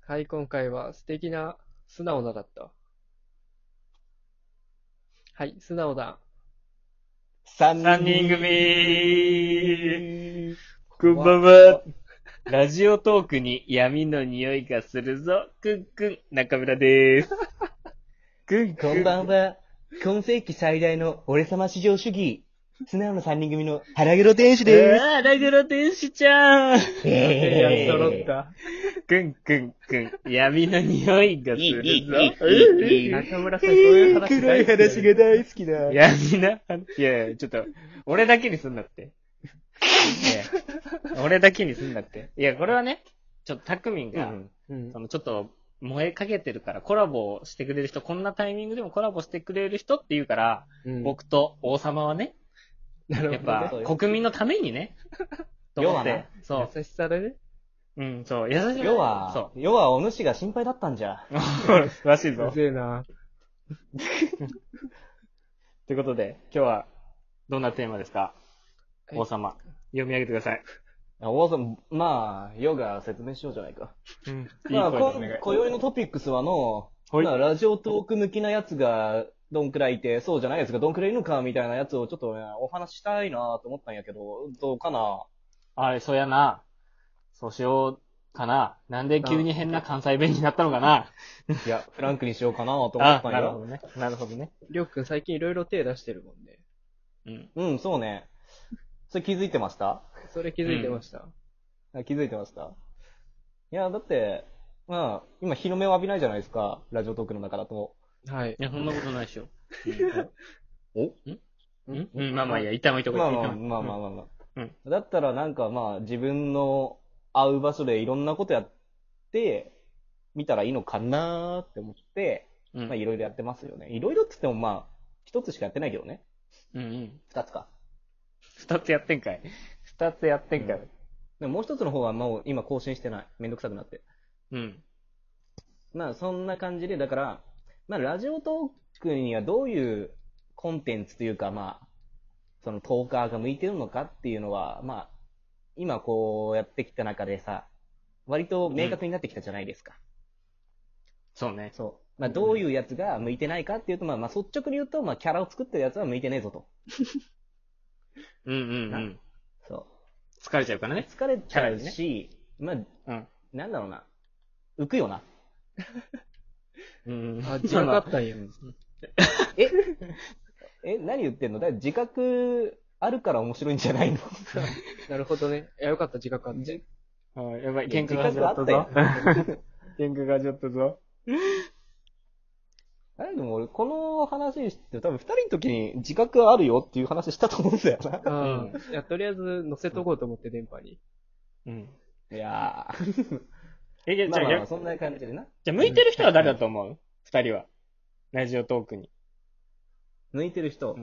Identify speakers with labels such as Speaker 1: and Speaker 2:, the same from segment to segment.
Speaker 1: はい、今回は素敵な素直だった。はい、素直だ。
Speaker 2: 三
Speaker 3: 三
Speaker 2: 人
Speaker 3: 人
Speaker 2: 組。
Speaker 3: こんばんは。ラジオトークに闇の匂いがするぞ。くんくん、中村でーす。くんくん。
Speaker 2: こんばんは。今世紀最大の俺様至上主義。素直な三人組の腹黒天使でーす。
Speaker 3: ラグロ天使ちゃん。
Speaker 1: いや、揃った。
Speaker 3: くんくんくん、闇の匂いがするぞ。
Speaker 1: 中村さん、こういう話
Speaker 2: 黒い話が大好きだ。
Speaker 3: 闇な、いやいや、ちょっと、俺だけにすんなって。いや俺だけにすんなって。いや、これはね、ちょっとたくみんが、
Speaker 1: うん
Speaker 3: そ。のちょっと燃えかけてるからコラボしてくれる人、こんなタイミングでもコラボしてくれる人って言うから、
Speaker 1: うん
Speaker 3: 僕と王様はね、
Speaker 1: なる
Speaker 3: やっ
Speaker 1: ほどね。
Speaker 3: ぱ国民のためにね、と思って
Speaker 2: 要はな、
Speaker 3: そ
Speaker 1: 優しさでね。
Speaker 3: う、うん、そう、優しい。
Speaker 2: 要はお主が心配だったんじゃ。
Speaker 3: そう、らしいうぞ。
Speaker 1: ぜえな。
Speaker 3: ということで、今日はどんなテーマですか、
Speaker 1: はい
Speaker 3: 王様。読み上げてください。
Speaker 2: 王さん、まあ、ヨが説明しようじゃないか。
Speaker 3: うん。いい
Speaker 2: まあ、
Speaker 3: 声でお願い。
Speaker 2: 今宵のトピックスは
Speaker 3: はい
Speaker 2: まあ、ラジオトーク向きなやつがどんくらいいて、そうじゃないやつがどんくらいいるのかみたいなやつをちょっとね、お話ししたいなと思ったんやけど、どうかな。
Speaker 3: あれ、そうやな。そうしようかな。なんで急に変な関西弁になったのかな。
Speaker 2: いや、フランクにしようかなと思ったんよ。
Speaker 3: なるほどね。なるほどね。
Speaker 1: りょうくん最近いろいろ手出してるもんね。
Speaker 3: うん。
Speaker 2: うん、そうね。それ気づいてました？
Speaker 1: それ気づいてました。
Speaker 2: 気づいてました？いや、だって、まあ、今日の目を浴びないじゃないですか。ラジオトークの中だと。
Speaker 1: はい
Speaker 3: い。や、そんなことないでしょ。
Speaker 2: お
Speaker 3: まあまあいいや、一旦置いとこう。
Speaker 2: まあまあ
Speaker 3: 一旦
Speaker 2: まあまあまあまあ。
Speaker 3: うん
Speaker 2: だったらなんかまあ自分の会う場所でいろんなことやってみたらいいのかなーって思って、
Speaker 3: うん。
Speaker 2: まあいろいろやってますよね。いろいろって言ってもまあ、一つしかやってないけどね。
Speaker 3: うん。
Speaker 2: 二つか。
Speaker 3: 二つやってんかい。二つやってんかい。
Speaker 2: でももう一つの方はもう今更新してない。めんどくさくなって。
Speaker 3: うん。
Speaker 2: まあそんな感じで、だから、まあラジオトークにはどういうコンテンツというかまあ、そのトーカーが向いてるのかっていうのは、まあ、今こうやってきた中でさ、割と明確になってきたじゃないですか。
Speaker 3: そうね。
Speaker 2: そう。まあどういうやつが向いてないかっていうと、まあ率直に言うと、まあキャラを作ってるやつは向いてねえぞと。
Speaker 3: うん。
Speaker 2: そ
Speaker 3: 疲れちゃうから
Speaker 2: う。
Speaker 3: ね。
Speaker 2: 疲れちゃうし、まあ、
Speaker 3: うん。
Speaker 2: なんだろうな。浮くよな。
Speaker 3: うん。
Speaker 1: あ、自覚あったんや。
Speaker 2: 何言ってんの？だって自覚あるから面白いんじゃないの？
Speaker 1: なるほどね。いや、よかった、自覚あって。
Speaker 3: やばい、喧嘩が始まったぞ。喧嘩が始まったぞ。
Speaker 2: あれでも俺、この話して多分二人の時に自覚あるよっていう話したと思うんだよな。
Speaker 1: うん。いや、とりあえず載せとこうと思って、電波に。
Speaker 3: うん。
Speaker 2: いや
Speaker 3: じゃ
Speaker 2: まあまあ、
Speaker 3: あ、
Speaker 2: そんな感じでな。
Speaker 3: じゃあ向いてる人は誰だと思う？二人は。ラジオトークに。
Speaker 2: 抜いてる人。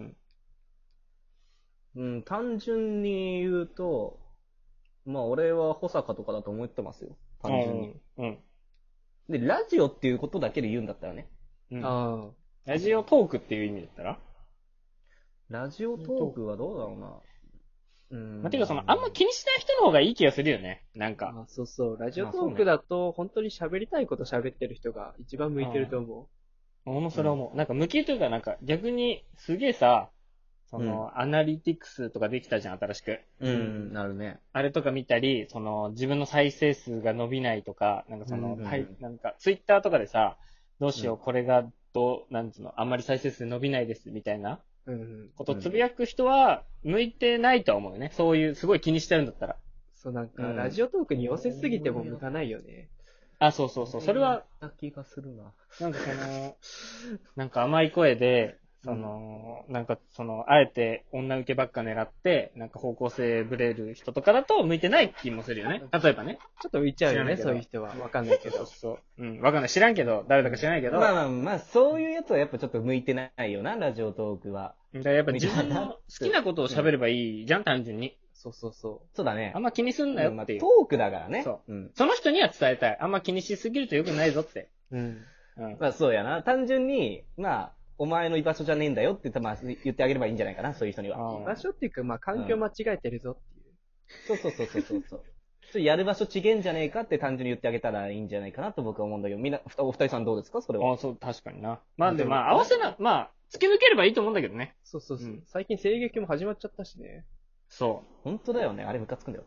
Speaker 2: 単純に言うと、まあ俺は保坂とかだと思ってますよ。単純に。
Speaker 3: うん。
Speaker 2: で、ラジオっていうことだけで言うんだったらね。
Speaker 1: ああ。
Speaker 3: ラジオトークっていう意味だったら
Speaker 2: ラジオトークはどうだろうな。
Speaker 3: ていうかあんま気にしない人の方がいい気がするよね。なんか。
Speaker 1: あ、そうそう。ラジオトークだと、本当に喋りたいこと喋ってる人が一番向いてると思
Speaker 3: 俺もそれ思う。なんか向きというか逆にすげえさ、アナリティクスとかできたじゃん、新しく。
Speaker 2: なるね。
Speaker 3: あれとか見たり、自分の再生数が伸びないとか、なんかツイッターとかでさ、どうしよう、これがあんまり再生数伸びないです、みたいな
Speaker 1: う。うん。
Speaker 3: ことつぶやく人は、向いてないとは思うよね。そういう、すごい気にしてるんだったら。
Speaker 1: そう、なんか、ラジオトークに寄せすぎても向かないよね。
Speaker 3: あ、そう。それは、
Speaker 2: な気がするな。
Speaker 3: なんかなんか甘い声で、あえて女受けばっか狙って、なんか方向性ぶれる人とかだと向いてない気もするよね。例えばね。
Speaker 1: ちょっと浮いちゃうよね、
Speaker 3: 知らないけど
Speaker 1: そういう人は。わかんないけど。
Speaker 3: そう。わかんない。知らんけど、誰だか知らないけど。
Speaker 2: まあ、そういうやつはやっぱちょっと向いてないよな、ラジオトークは。
Speaker 3: だからやっぱ自分の好きなことを喋ればいいじゃん、単純に。
Speaker 1: そう。
Speaker 2: そうだね。
Speaker 3: あんま気にすんなよっていう。
Speaker 2: トークだからね。
Speaker 3: そう。
Speaker 2: ん。
Speaker 3: その人には伝えたい。あんま気にしすぎると良くないぞって。
Speaker 1: うん。
Speaker 2: まあそうやな。単純に、まあ、お前の居場所じゃねえんだよってまあ言ってあげればいいんじゃないかな、そういう人には。
Speaker 1: 場所っていうか、まあ、環境間違えてるぞっていう。
Speaker 2: そう。 ちょっとやる場所違えんじゃねえかって単純に言ってあげたらいいんじゃないかなと僕は思うんだけど、みんな、お二人さんどうですかそれは。
Speaker 3: あ、そう、確かにな。まあでも、合わせな、突き抜ければいいと思うんだけどね。
Speaker 1: そうそうそう。
Speaker 3: うん
Speaker 1: 最近声劇も始まっちゃったしね。
Speaker 3: そ
Speaker 2: 本当だよね。あれムカつくんだよ。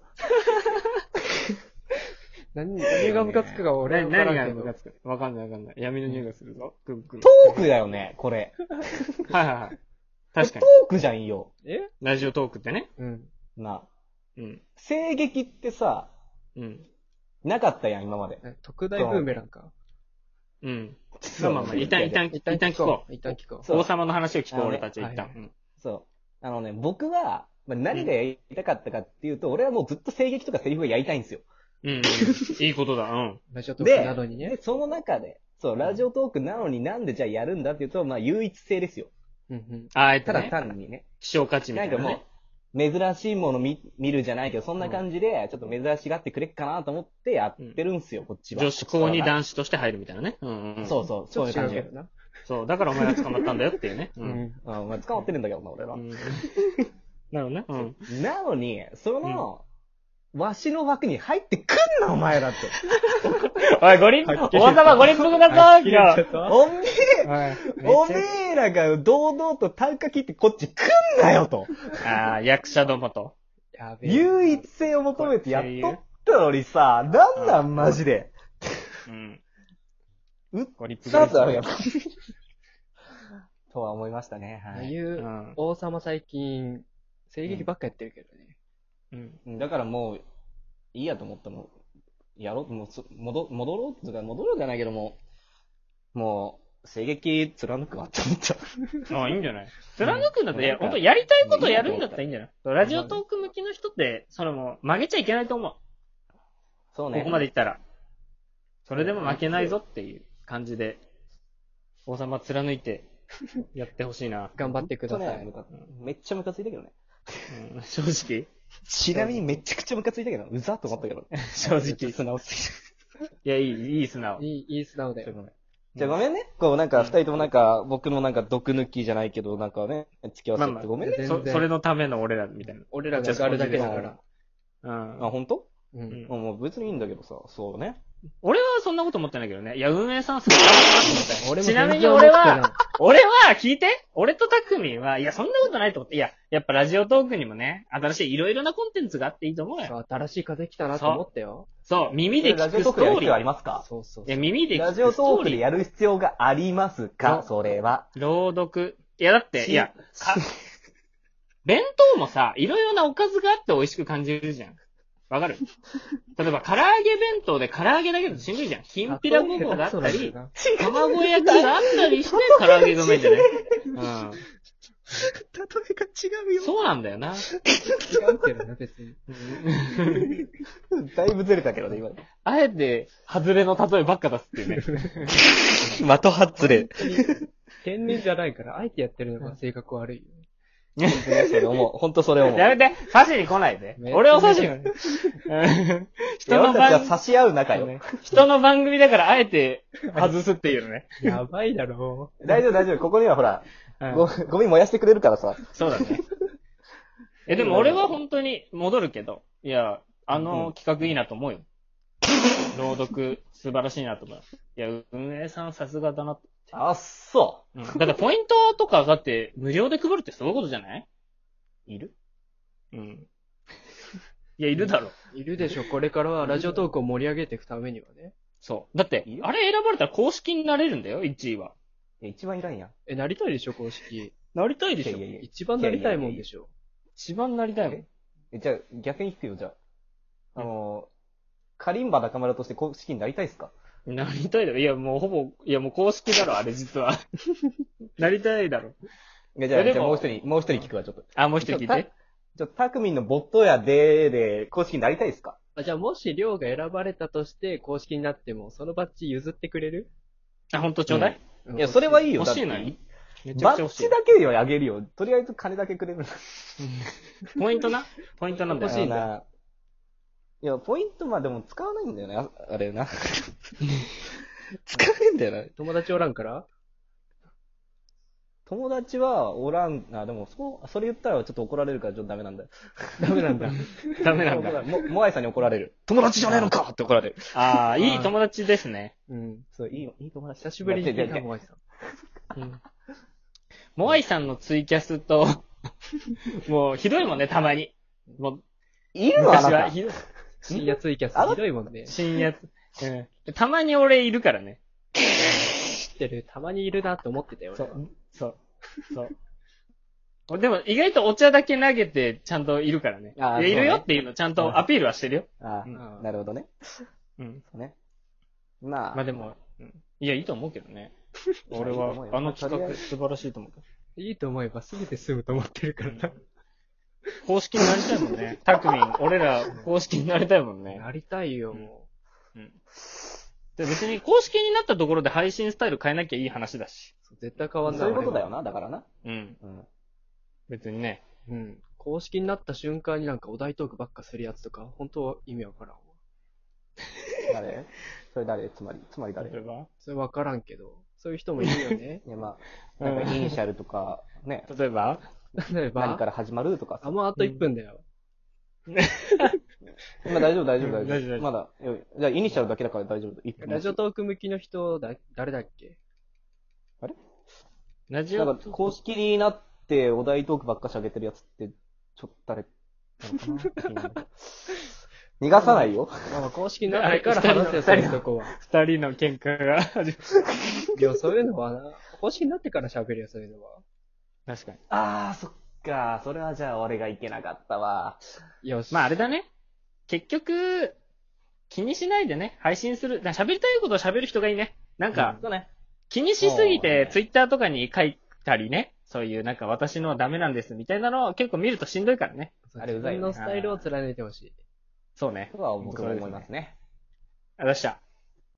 Speaker 1: 何がムカつくか
Speaker 3: う。
Speaker 1: 俺は分か
Speaker 3: 何が
Speaker 1: らんけど。
Speaker 3: ムカつくわかんない。闇の匂いがするぞ。くんくん。
Speaker 2: トークだよね、これ。
Speaker 3: はいはいはい。確か
Speaker 2: ト
Speaker 3: に。
Speaker 2: ークじゃんよ。
Speaker 1: え
Speaker 3: ラジオトークってね。
Speaker 1: うん。
Speaker 2: な。
Speaker 3: うん。
Speaker 2: 声劇ってさ、
Speaker 3: うん。
Speaker 2: なかったやん、今まで。
Speaker 1: 特大ブーメランか。
Speaker 3: うん。まあ、一旦聞こう。
Speaker 1: 一旦聞こう。
Speaker 2: そう
Speaker 3: 王様の話を聞こう、俺たちは一旦。
Speaker 1: はい
Speaker 3: うん
Speaker 2: そう。僕は、何がやりたかったかっていうと、俺はもうずっと声劇とかセリフがやりたいんですよ。
Speaker 3: うん。いいことだ。うん。
Speaker 1: ラジオトークなのにね。
Speaker 2: で、その中で、そう、ラジオトークなのになんでじゃあやるんだっていうと、唯一性ですよ。
Speaker 1: うんうん。
Speaker 3: あえて
Speaker 2: ただ
Speaker 3: ね。
Speaker 2: 単にね。
Speaker 3: 希少価値みたいなね。
Speaker 2: なんかもう、珍しいもの見るじゃないけど、そんな感じで、ちょっと珍しがってくれっかなと思ってやってるんすよ、こっちは。
Speaker 3: 女子校に男子として入るみたいなね。うんうん。
Speaker 2: そうそう、
Speaker 1: ちょっと
Speaker 2: そういう感じで
Speaker 1: 違うけどな。
Speaker 3: そう。だからお前が捕まったんだよっていうね。う。
Speaker 1: うんん。
Speaker 2: 捕まってるんだけどな、俺ら。
Speaker 3: なるほどね。うん。
Speaker 2: なのに、わしの枠に入ってくんな、お前らって。
Speaker 3: おい、ごりん、王様ごりんぷくだぞ、今日。
Speaker 2: おめえらが堂々と単価切ってこっち来んなよと。
Speaker 3: ああ、役者どもと。
Speaker 1: やべえ。
Speaker 2: 唯一性を求めてやっとったのにさ、なんなんマジで。
Speaker 3: うん。
Speaker 2: ご立派ですよ。とは思いましたね。はい。
Speaker 1: 王様最近、声劇ばっかやってるけどね。
Speaker 2: だからもう、いいやと思ったの。やろう、もう戻ろうじゃないけども、もう、声劇貫くわって思った。
Speaker 3: ああ、いいんじゃない貫くんだって、いや、本当やりたいことやるんだったらいいんじゃないラジオトーク向きの人って、もう、曲げちゃいけないと思う。
Speaker 2: そうね。
Speaker 3: ここまでいったら。それでも負けないぞっていう感じで、王様貫いて、やってほしいな。
Speaker 1: 頑張ってください。
Speaker 2: めっちゃムカついたけどね。
Speaker 3: 正直
Speaker 2: ちなみにめちゃくちゃムカついたけど、うざっと思ったけど。
Speaker 3: 正直。
Speaker 2: 素直す
Speaker 3: ぎる。いや、いい素直。
Speaker 1: いい素直だよ。
Speaker 2: じゃあごめんね。二人とも僕の毒抜きじゃないけど、ね、付き合わせてごめんね。
Speaker 3: それのための俺らみたいな。
Speaker 1: 俺らが上がるだけだから。
Speaker 2: 本当？
Speaker 1: うん。
Speaker 2: もう別にいいんだけどさ、そうね。
Speaker 3: 俺はそんなこと思ってないけどね。いや、運営さんすごい頑張ったなと思ったよ。ちなみに俺は、聞いて俺とたくみんは、いや、そんなことないと思って。いや、やっぱラジオトークにもね、新しいいろいろなコンテンツがあっていいと思うよ。
Speaker 1: 新しい風来たなと思ったよ。
Speaker 3: そう、耳で聞くストーリー。
Speaker 2: ありますか？
Speaker 1: そうそう。
Speaker 3: いや、耳で聞く
Speaker 2: ラジオトークでやる必要がありますか？それは。
Speaker 3: 朗読。いや、だって、いや、弁当もさ、いろいろなおかずがあって美味しく感じるじゃん。わかる？例えば、唐揚げ弁当で唐揚げだけだとしんどいじゃん。きんぴらごぼうがあったり、卵焼きがあったりして唐揚げがうまいんじゃない？うん。例えが違うよ。そうなんだよな。
Speaker 1: 違うけどね、別に。
Speaker 2: だいぶずれたけどね、今。
Speaker 3: あえて、外れの例えばっか出すっていうね。
Speaker 2: 的外れ。
Speaker 3: 天然じゃないから、あえてやってるのが性格悪いよね。
Speaker 2: 本当それ思う。
Speaker 3: やめて、刺しに来ないで。俺を刺しに来ない。人の番組。
Speaker 2: 刺し合う仲よ。
Speaker 3: 人の番組だからあえて外すっていうのね。
Speaker 1: やばいだろ
Speaker 2: う。大丈夫。ここにはほら、ゴミ燃やしてくれるからさ。
Speaker 3: そうだね。でも俺は本当に戻るけど、いや、企画いいなと思うよ。朗読素晴らしいなと思う。いや、運営さんさすがだなって。
Speaker 2: あ、そう。
Speaker 3: だってポイントとかだって無料で配るってそういうことじゃない？
Speaker 2: いる？
Speaker 3: うん。いや、いるだろ。
Speaker 1: いるでしょ。これからはラジオトークを盛り上げていくためにはね。
Speaker 3: そう。だって、あれ選ばれたら公式になれるんだよ、1位は。
Speaker 2: いや、一番いらんやん。
Speaker 1: なりたいでしょ、公式。
Speaker 3: なりたいでしょ。
Speaker 1: 一番なりたいもんでしょ。
Speaker 3: 一番なりたいもん。
Speaker 2: じゃあ、逆に聞くよ、じゃあ。カリンバ中村として公式になりたいっすか？
Speaker 3: なりたいだろ。いや、もうほぼ、いや、もう公式だろ、あれ実は。なりたいだろ。
Speaker 2: じゃあもう一人聞くわ、ちょっと。
Speaker 3: あ、もう一人聞いて。
Speaker 2: たくみんのボットやで公式になりたいっすか？
Speaker 1: じゃあ、もし、りょうが選ばれたとして公式になっても、そのバッジ譲ってくれる？
Speaker 3: あ、ほんとちょうだい？
Speaker 2: いや、それはいいよ。
Speaker 3: 欲しいのよ。
Speaker 2: バッジだけではあげるよ。とりあえず金だけくれる。
Speaker 3: ポイントなんだよ。
Speaker 2: 欲しいな。いや、ポイント、でも使わないんだよね、あれな。使わないんだよな。
Speaker 1: 友達おらんから？
Speaker 2: 友達はおらん、でも、それ言ったらちょっと怒られるからちょっとダメなんだよ。
Speaker 1: ダメなんだ。
Speaker 3: ダメなんだ。
Speaker 2: モアイさんに怒られる。友達じゃねえのかって怒られる。
Speaker 3: ああ、いい友達ですね。
Speaker 1: うん。
Speaker 2: そう、いい友達。
Speaker 1: 久しぶりに聞いた
Speaker 2: いや
Speaker 1: モアイさん。
Speaker 3: うん。モアイさんのツイキャスと、もうひどいもんね、たまに。もう、
Speaker 2: いるのあ
Speaker 3: 昔
Speaker 2: なた。
Speaker 3: はひどい。
Speaker 1: 深夜ツイキャスひどいもんね。
Speaker 3: 深夜、うん。たまに俺いるからね。
Speaker 1: 知ってる。たまにいるなって思ってたよ。
Speaker 3: そう、そう。でも意外とお茶だけ投げてちゃんといるからね。
Speaker 2: あー
Speaker 3: いるよっていうのちゃんとアピールはしてるよ。
Speaker 2: あ
Speaker 1: うん
Speaker 2: なるほどね。
Speaker 3: うん。
Speaker 2: そうね。まあ、
Speaker 3: まあでも、いや、いいと思うけどね。俺
Speaker 2: いいと思うよ
Speaker 3: は、あの企画素晴らしいと思うけど。
Speaker 1: いいと思えば全て済むと思ってるからな。
Speaker 3: 公式になりたいもんね。タクミン、俺ら公式になりたいもんね。
Speaker 1: なりたいよ、も
Speaker 3: うん。で別に公式になったところで配信スタイル変えなきゃいい話だし。
Speaker 1: う。絶対変わんない。
Speaker 2: そういうことだよな、だからな。
Speaker 3: うん。
Speaker 2: うん。
Speaker 3: 別にね。
Speaker 1: うん。公式になった瞬間になんかお題トークばっかするやつとか、本当は意味わからんわ。
Speaker 2: 誰それ誰つまり誰
Speaker 3: 例えば
Speaker 1: それわからんけど、そういう人もいるよね。
Speaker 2: いや、まあ、なんかイニシャルとか、ね、
Speaker 3: 例えば
Speaker 1: 例えば、
Speaker 2: 何から始まるとかさ。
Speaker 1: もうあと1分だよ。
Speaker 2: まあ大丈夫、大丈夫、大丈夫。
Speaker 3: 大丈夫
Speaker 2: まだ、じゃあイニシャルだけだから大丈夫。一分
Speaker 1: ラジオトーク向きの人、誰だっけ？
Speaker 3: ラジオ
Speaker 2: なんか、公式になってお題トークばっかし上げてるやつって、ちょっと誰なのかな逃がさないよ。
Speaker 1: まあ公式になってから話せよ、そういうとこは。
Speaker 3: 二人の喧嘩が始まる。
Speaker 1: いや、そういうのはな、公式になってから喋るよ、そういうのは。
Speaker 3: 確かに。
Speaker 2: そっか。それはじゃあ俺がいけなかったわ。
Speaker 1: よし。
Speaker 3: まああれだね。結局、気にしないでね、配信する。喋りたいことを喋る人がいいね。なんか、
Speaker 2: そうね。
Speaker 3: 気にしすぎて、
Speaker 2: そうね
Speaker 3: ツイッターとかに書いたりね、そういうなんか私のはダメなんですみたいなのを結構見るとしんどいからね。
Speaker 1: 自分のスタイルを貫いてほしい。
Speaker 3: そうね。
Speaker 2: とは僕も思いますね。
Speaker 3: ありがとうございました。